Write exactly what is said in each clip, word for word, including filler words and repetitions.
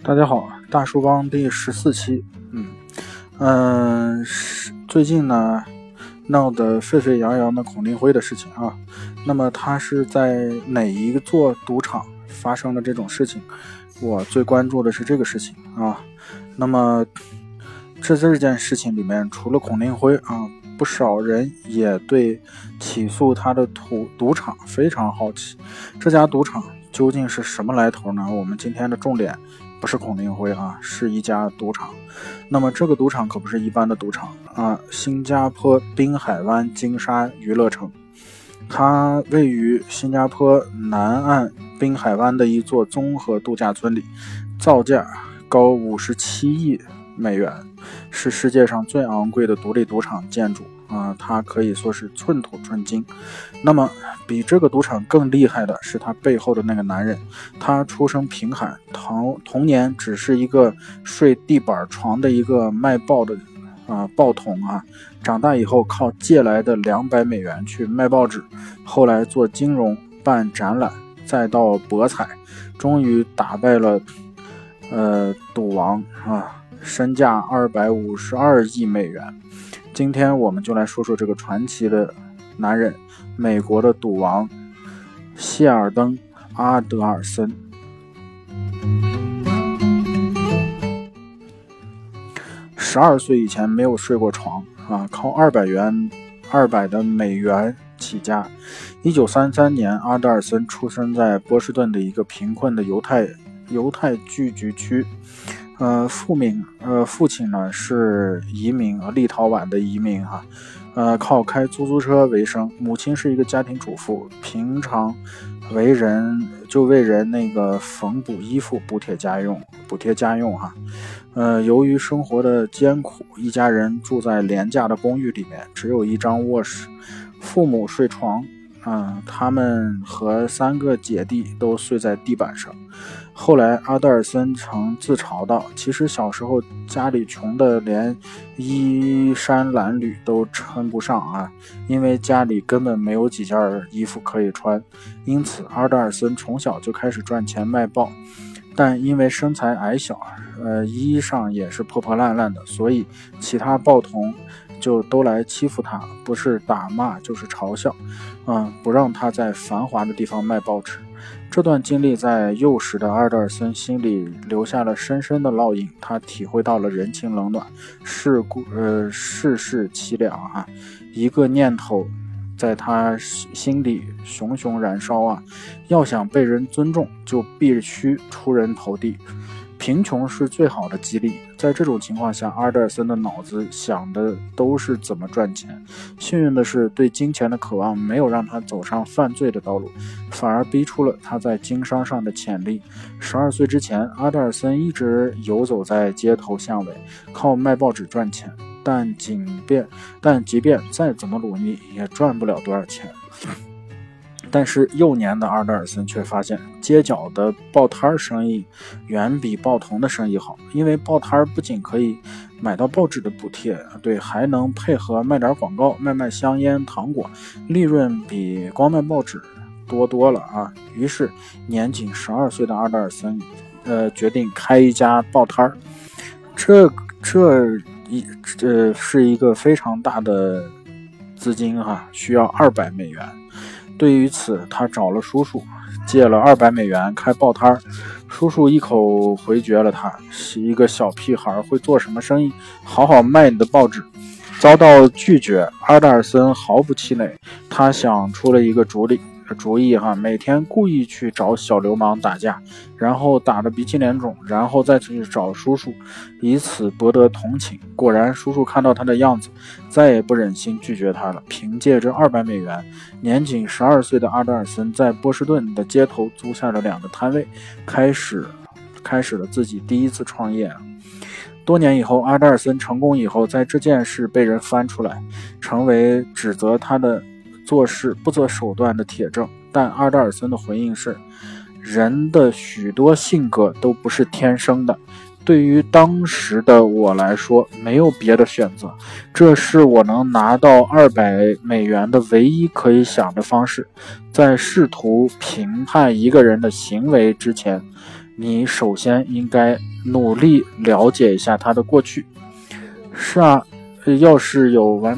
大家好，大叔帮第十四期。嗯嗯、呃，最近呢闹得沸沸扬扬的孔令辉的事情啊，那么他是在哪一座赌场发生了这种事情？我最关注的是这个事情啊。那么这这件事情里面，除了孔令辉啊，不少人也对起诉他的赌赌场非常好奇。这家赌场究竟是什么来头呢？我们今天的重点不是孔令辉啊，是一家赌场。那么这个赌场可不是一般的赌场啊，新加坡滨海湾金沙娱乐城，它位于新加坡南岸滨海湾的一座综合度假村里，造价高五十七亿美元，是世界上最昂贵的独立赌场建筑啊，它可以说是寸土寸金。那么比这个赌场更厉害的是他背后的那个男人，他出生贫寒，童童年只是一个睡地板床的一个卖报的啊报童啊，长大以后靠借来的两百美元去卖报纸，后来做金融、办展览，再到博彩，终于打败了呃赌王啊，身价二百五十二亿美元。今天我们就来说说这个传奇的男人，美国的赌王谢尔登·阿德尔森。十二岁以前没有睡过床啊，靠二百元二百的美元起家。一九三三年，阿德尔森出生在波士顿的一个贫困的犹太犹太聚居区。呃，父名呃父亲呢是移民呃立陶宛的移民哈、啊，呃靠开出租车为生。母亲是一个家庭主妇，平常为人就为人那个缝补衣服，补贴家用，补贴家用哈、啊。呃，由于生活的艰苦，一家人住在廉价的公寓里面，只有一张卧室，父母睡床，啊、呃，他们和三个姐弟都睡在地板上。后来阿德尔森曾自嘲道，其实小时候家里穷的连衣衫褴褛都称不上啊，因为家里根本没有几件衣服可以穿。因此阿德尔森从小就开始赚钱卖报，但因为身材矮小，呃，衣裳也是破破烂烂的，所以其他报童就都来欺负他，不是打骂就是嘲笑，嗯，不让他在繁华的地方卖报纸。这段经历在幼时的阿德尔森心里留下了深深的烙印，他体会到了人情冷暖，世故呃世事凄凉啊，一个念头在他心里熊熊燃烧啊，要想被人尊重，就必须出人头地。贫穷是最好的激励，在这种情况下，阿德尔森的脑子想的都是怎么赚钱。幸运的是，对金钱的渴望没有让他走上犯罪的道路，反而逼出了他在经商上的潜力。十二岁之前，阿德尔森一直游走在街头巷尾，靠卖报纸赚钱，但即便但即便再怎么努力，也赚不了多少钱。但是幼年的阿德尔森却发现，街角的报摊生意远比报童的生意好，因为报摊不仅可以买到报纸的补贴，对，还能配合卖点广告，卖卖香烟、糖果，利润比光卖报纸多多了啊！于是，年仅十二岁的阿德尔森，呃，决定开一家报摊。这这一这是一个非常大的资金哈、啊，需要二百美元。对于此，他找了叔叔，借了二百美元开报摊。叔叔一口回绝了他，是一个小屁孩会做什么生意？好好卖你的报纸。遭到拒绝，阿德尔森毫不气馁，他想出了一个主意。主意哈，每天故意去找小流氓打架，然后打得鼻青脸肿，然后再去找叔叔，以此博得同情。果然，叔叔看到他的样子，再也不忍心拒绝他了。凭借着二百美元，年仅十二岁的阿德尔森在波士顿的街头租下了两个摊位，开始开始了自己第一次创业。多年以后，阿德尔森成功以后，在这件事被人翻出来，成为指责他的做事不择手段的铁证。但阿德尔森的回应是，人的许多性格都不是天生的，对于当时的我来说没有别的选择，这是我能拿到二百美元的唯一可以想的方式。在试图评判一个人的行为之前， 你首先应该努力了解一下他的过去。是啊，要是有完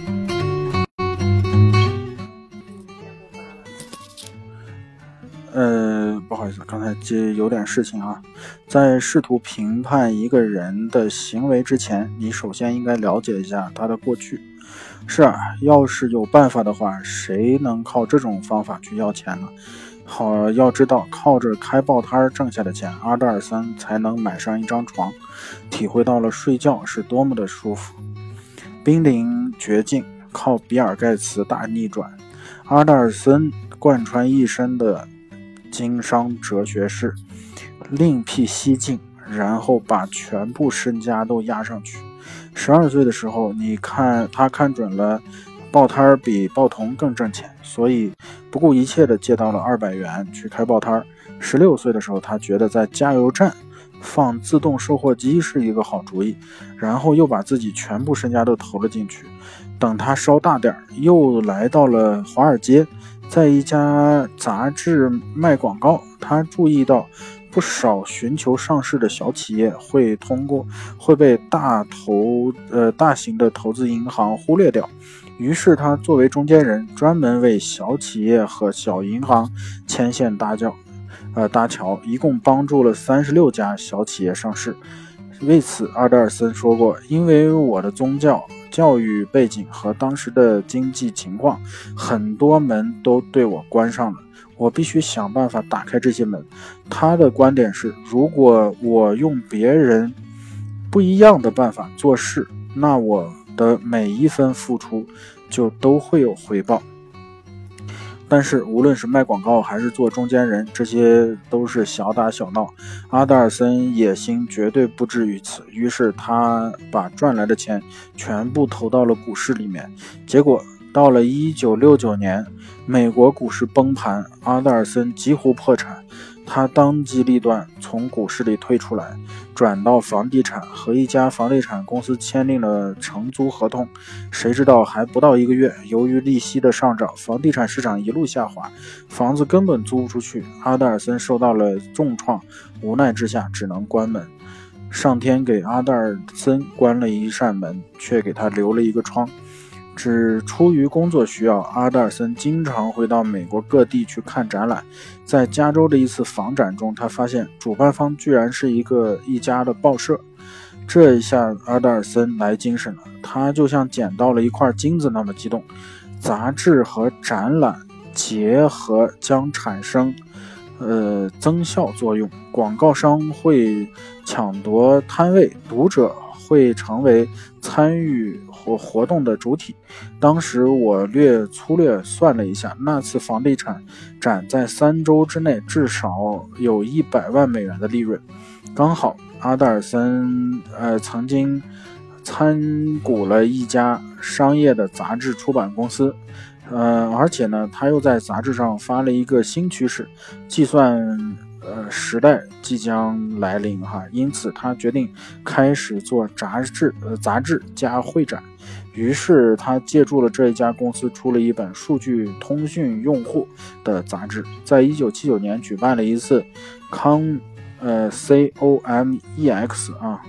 呃，不好意思，刚才接有点事情啊。在试图评判一个人的行为之前，你首先应该了解一下他的过去。是啊，要是有办法的话，谁能靠这种方法去要钱呢？好，要知道靠着开报摊挣下的钱，阿德尔森才能买上一张床，体会到了睡觉是多么的舒服。濒临绝境，靠比尔盖茨大逆转。阿德尔森贯穿一生的经商哲学是另辟蹊径，然后把全部身家都压上去。十二岁的时候，你看他看准了报摊比报童更挣钱，所以不顾一切的借到了二百元去开报摊。十六岁的时候，他觉得在加油站放自动售货机是一个好主意，然后又把自己全部身家都投了进去。等他烧大点，又来到了华尔街，在一家杂志卖广告。他注意到不少寻求上市的小企业会通过会被大投呃大型的投资银行忽略掉，于是他作为中间人，专门为小企业和小银行牵线搭桥，呃搭桥，一共帮助了三十六家小企业上市。为此，阿德尔森说过：“因为我的宗教、教育背景和当时的经济情况，很多门都对我关上了。我必须想办法打开这些门。”他的观点是，如果我用别人不一样的办法做事，那我的每一分付出就都会有回报。但是无论是卖广告还是做中间人，这些都是小打小闹。阿德尔森野心绝对不至于此，于是他把赚来的钱全部投到了股市里面。结果到了一九六九年，美国股市崩盘，阿德尔森几乎破产。他当机立断从股市里退出来，转到房地产，和一家房地产公司签订了承租合同。谁知道还不到一个月，由于利息的上涨，房地产市场一路下滑，房子根本租不出去。阿德尔森受到了重创，无奈之下只能关门。上天给阿德尔森关了一扇门，却给他留了一个窗。只出于工作需要，阿德尔森经常会到美国各地去看展览。在加州的一次访展中，他发现主办方居然是一个一家的报社。这一下阿德尔森来精神了，他就像捡到了一块金子那么激动。杂志和展览结合将产生呃增效作用，广告商会抢夺摊位，读者会成为参与活活动的主体。当时我略粗略算了一下，那次房地产展在三周之内至少有一百万美元的利润。刚好阿德尔森呃曾经参股了一家商业的杂志出版公司，呃，而且呢，他又在杂志上发了一个新趋势，计算呃时代即将来临哈，因此他决定开始做杂志呃杂志加会展。于是他借助了这一家公司，出了一本数据通讯用户的杂志，在一九七九年举办了一次康呃 C O M E X 啊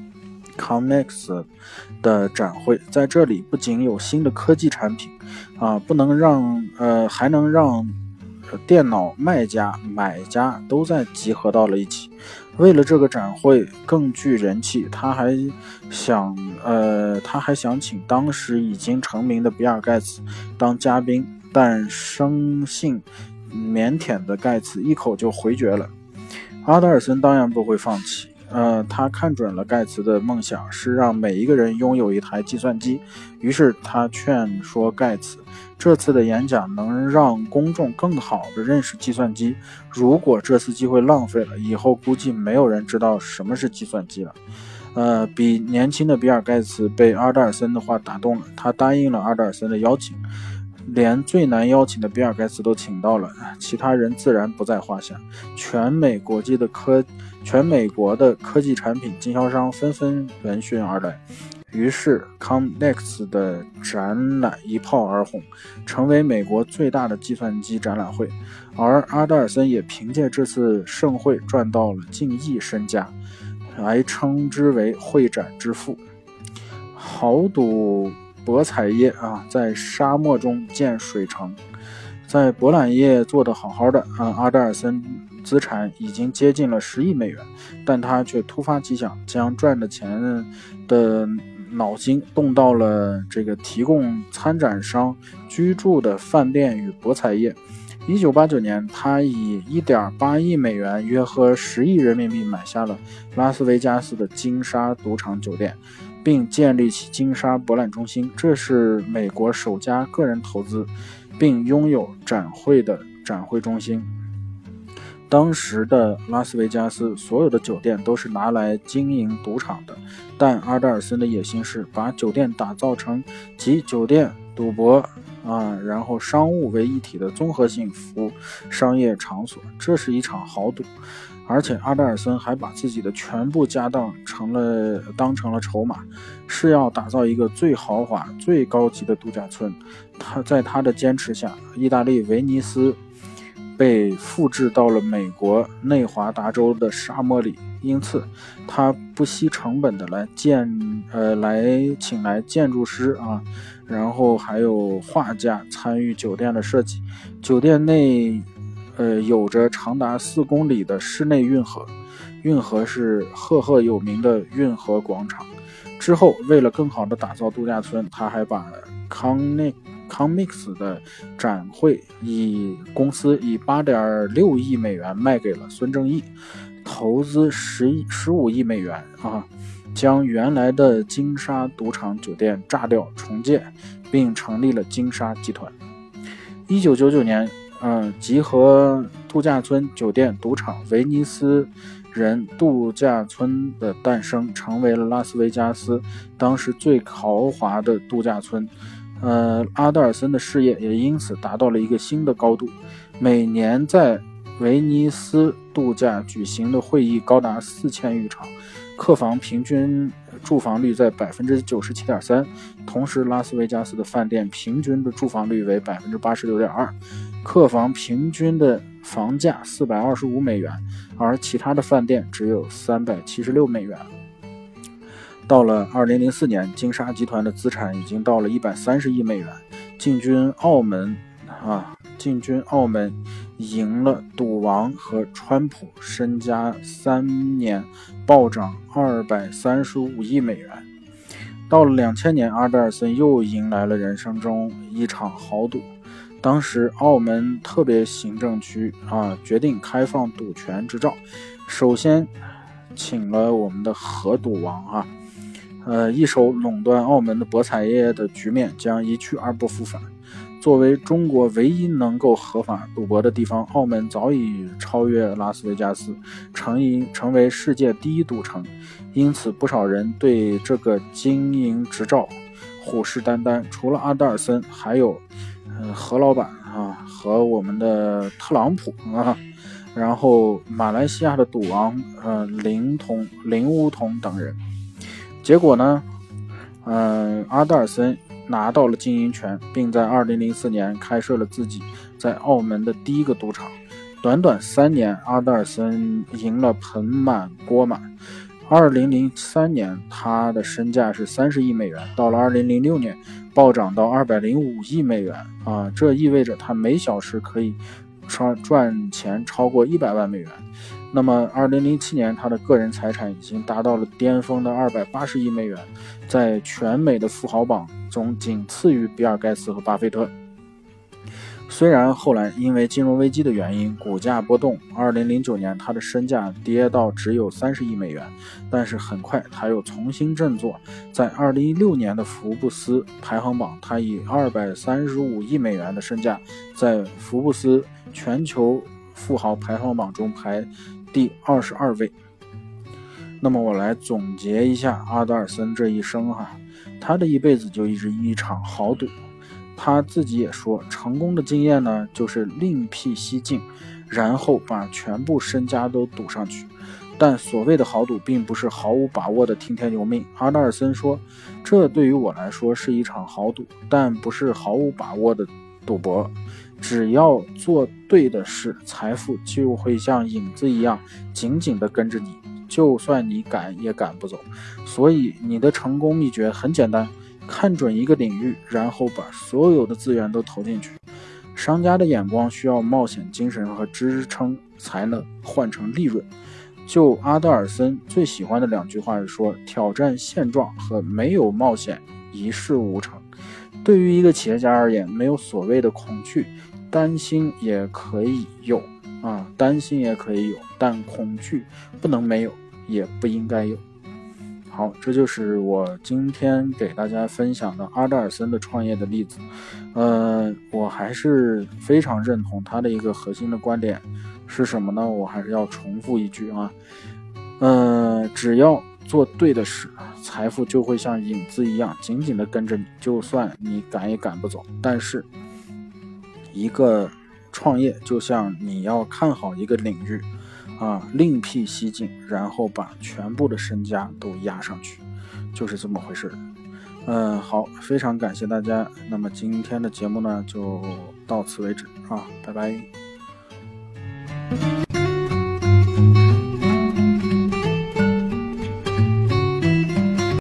Comex 的展会。在这里不仅有新的科技产品啊，不能让呃还能让电脑卖家买家都在集合到了一起。为了这个展会更具人气，他还想呃他还想请当时已经成名的比尔盖茨当嘉宾，但生性腼腆的盖茨一口就回绝了。阿德尔森当然不会放弃，呃，他看准了盖茨的梦想是让每一个人拥有一台计算机，于是他劝说盖茨，这次的演讲能让公众更好地认识计算机，如果这次机会浪费了，以后估计没有人知道什么是计算机了。呃，比年轻的比尔盖茨被阿德尔森的话打动了，他答应了阿德尔森的邀请，连最难邀请的比尔盖茨都请到了，其他人自然不在话下。全美国际的科全美国的科技产品经销商纷纷闻讯而来， 于是 Comnex 的展览一炮而红，成为美国最大的计算机展览会，而阿德尔森也凭借这次盛会赚到了近亿身家，还称之为会展之父。豪赌博彩业啊，在沙漠中建水城。在博览业做得好好的啊，阿德尔森资产已经接近了十亿美元，但他却突发奇想，将赚的钱的脑筋动到了这个提供参展商居住的饭店与博彩业。一九八九年，他以 一点八亿美元，约合十亿人民币买下了拉斯维加斯的金沙赌场酒店，并建立起金沙博览中心，这是美国首家个人投资并拥有展会的展会中心。当时的拉斯维加斯所有的酒店都是拿来经营赌场的，但阿德尔森的野心是把酒店打造成集酒店、赌博啊，然后商务为一体的综合性服务商业场所，这是一场豪赌。而且阿德尔森还把自己的全部家当成了当成了筹码，是要打造一个最豪华、最高级的度假村。他在他的坚持下，意大利威尼斯被复制到了美国内华达州的沙漠里，因此他不惜成本的来建呃来请来建筑师啊，然后还有画家参与酒店的设计。酒店内呃有着长达四公里的室内运河，运河是赫赫有名的运河广场。之后为了更好的打造度假村，他还把康内Comnex 的展会以公司以 八点六亿美元卖给了孙正义，投资十五亿美元啊，将原来的金沙赌场酒店炸掉重建，并成立了金沙集团。一九九九年，呃，集合度假村、酒店、赌场、威尼斯人度假村的诞生，成为了拉斯维加斯当时最豪华的度假村。呃，阿德尔森的事业也因此达到了一个新的高度。每年在威尼斯度假举行的会议高达四千余场，客房平均住房率在 百分之九十七点三， 同时拉斯维加斯的饭店平均的住房率为 百分之八十六点二， 客房平均的房价四百二十五美元，而其他的饭店只有三百七十六美元。到了二零零四年，金沙集团的资产已经到了一百三十亿美元，进军澳门啊，进军澳门赢了赌王和川普，身家三年暴涨二百三十五亿美元。到了两千年，阿德尔森又迎来了人生中一场豪赌。当时澳门特别行政区啊决定开放赌权执照，首先请了我们的核赌王啊。呃，一手垄断澳门的博彩业的局面将一去而不复返。作为中国唯一能够合法赌博的地方，澳门早已超越拉斯维加斯，成一成为世界第一赌城。因此，不少人对这个经营执照虎视眈眈。除了阿德尔森，还有呃何老板啊和我们的特朗普啊，然后马来西亚的赌王呃林同林乌同等人。结果呢，呃，阿德尔森拿到了经营权，并在二零零四年开设了自己在澳门的第一个赌场。短短三年，阿德尔森赢了盆满锅满。二零零三年，他的身价是三十亿美元，到了二零零六年暴涨到二百零五亿美元啊！这意味着他每小时可以赚赚钱超过一百万美元。那么二零零七年他的个人财产已经达到了巅峰的二百八十亿美元，在全美的富豪榜中仅次于比尔盖茨和巴菲特。虽然后来因为金融危机的原因股价波动，二零零九年他的身价跌到只有三十亿美元，但是很快他又重新振作。在二零一六年的福布斯排行榜，他以二百三十五亿美元的身价在福布斯全球富豪排行榜中排第二十二位。那么我来总结一下阿德尔森这一生哈，他的一辈子就一直一场豪赌。他自己也说，成功的经验呢，就是另辟蹊径，然后把全部身家都赌上去。 但所谓的豪赌并不是毫无把握的听天由命。阿德尔森说，这对于我来说是一场豪赌，但不是毫无把握的赌博。只要做对的事，财富就会像影子一样紧紧地跟着你，就算你赶也赶不走。所以你的成功秘诀很简单，看准一个领域，然后把所有的资源都投进去。商家的眼光需要冒险精神和支撑才能换成利润。就阿德尔森最喜欢的两句话是说，挑战现状和没有冒险一事无成。对于一个企业家而言，没有所谓的恐惧，担心也可以有啊，担心也可以有，但恐惧不能没有，也不应该有。好，这就是我今天给大家分享的阿德尔森的创业的例子。呃，我还是非常认同他的一个核心的观点是什么呢？我还是要重复一句啊，呃，只要做对的事，财富就会像影子一样紧紧地跟着你，就算你赶也赶不走。但是一个创业就像你要看好一个领域啊，另辟蹊径，然后把全部的身家都压上去，就是这么回事。嗯，好，非常感谢大家。那么今天的节目呢，就到此为止啊，拜拜。